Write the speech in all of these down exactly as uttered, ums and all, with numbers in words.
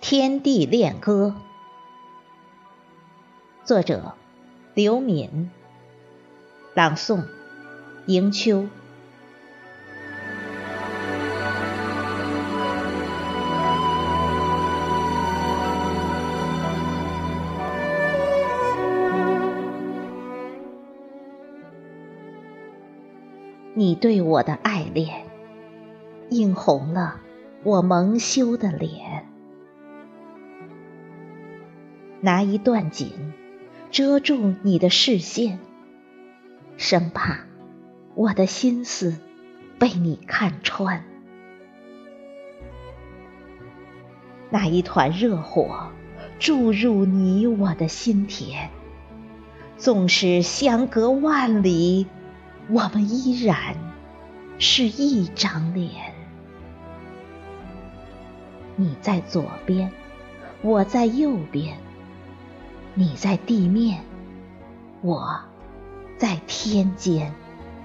天地恋歌，作者刘敏，朗诵迎秋。你对我的爱恋，映红了我蒙羞的脸。拿一段锦遮住你的视线，生怕我的心思被你看穿。那一团热火注入你我的心田，纵使相隔万里，我们依然是一张脸。你在左边，我在右边，你在地面，我在天间。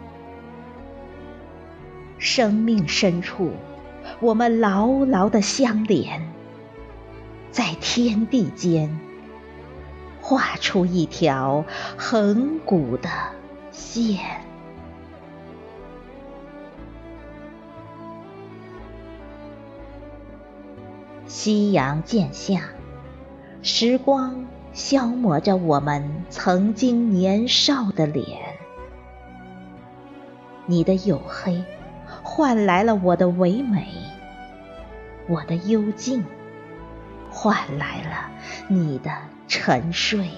生命深处，我们牢牢地相连，在天地间画出一条亘古的线。夕阳渐下，时光消磨着我们曾经年少的脸。你的黝黑换来了我的唯美，我的幽静换来了你的沉睡。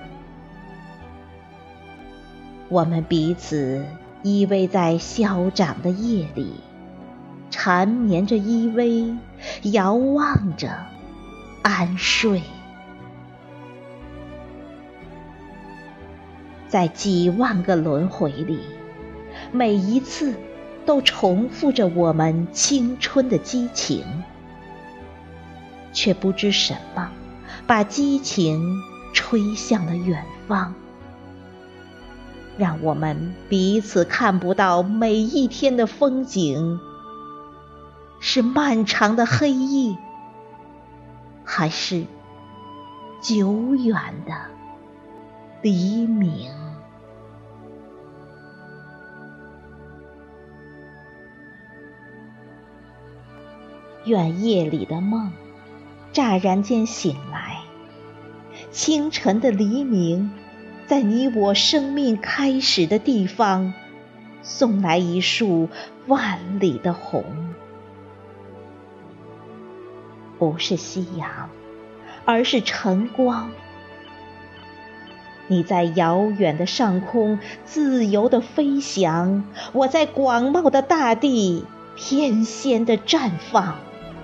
我们彼此依偎在消长的夜里，缠绵着依偎，遥望着安睡。在几万个轮回里，每一次都重复着我们青春的激情，却不知什么把激情吹向了远方，让我们彼此看不到每一天的风景是漫长的黑夜，还是久远的黎明。愿夜里的梦乍然间醒来，清晨的黎明在你我生命开始的地方送来一束万里的红。不是夕阳，而是晨光。你在遥远的上空自由地飞翔，我在广袤的大地翩跹地绽放。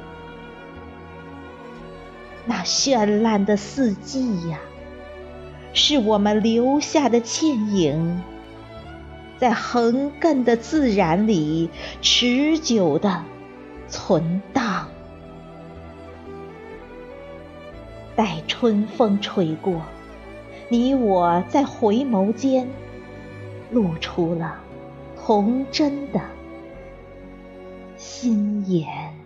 那绚烂的四季呀，是我们留下的倩影，在横亘的自然里持久地存荡。待春风吹过，你我在回眸间露出了童真的心颜。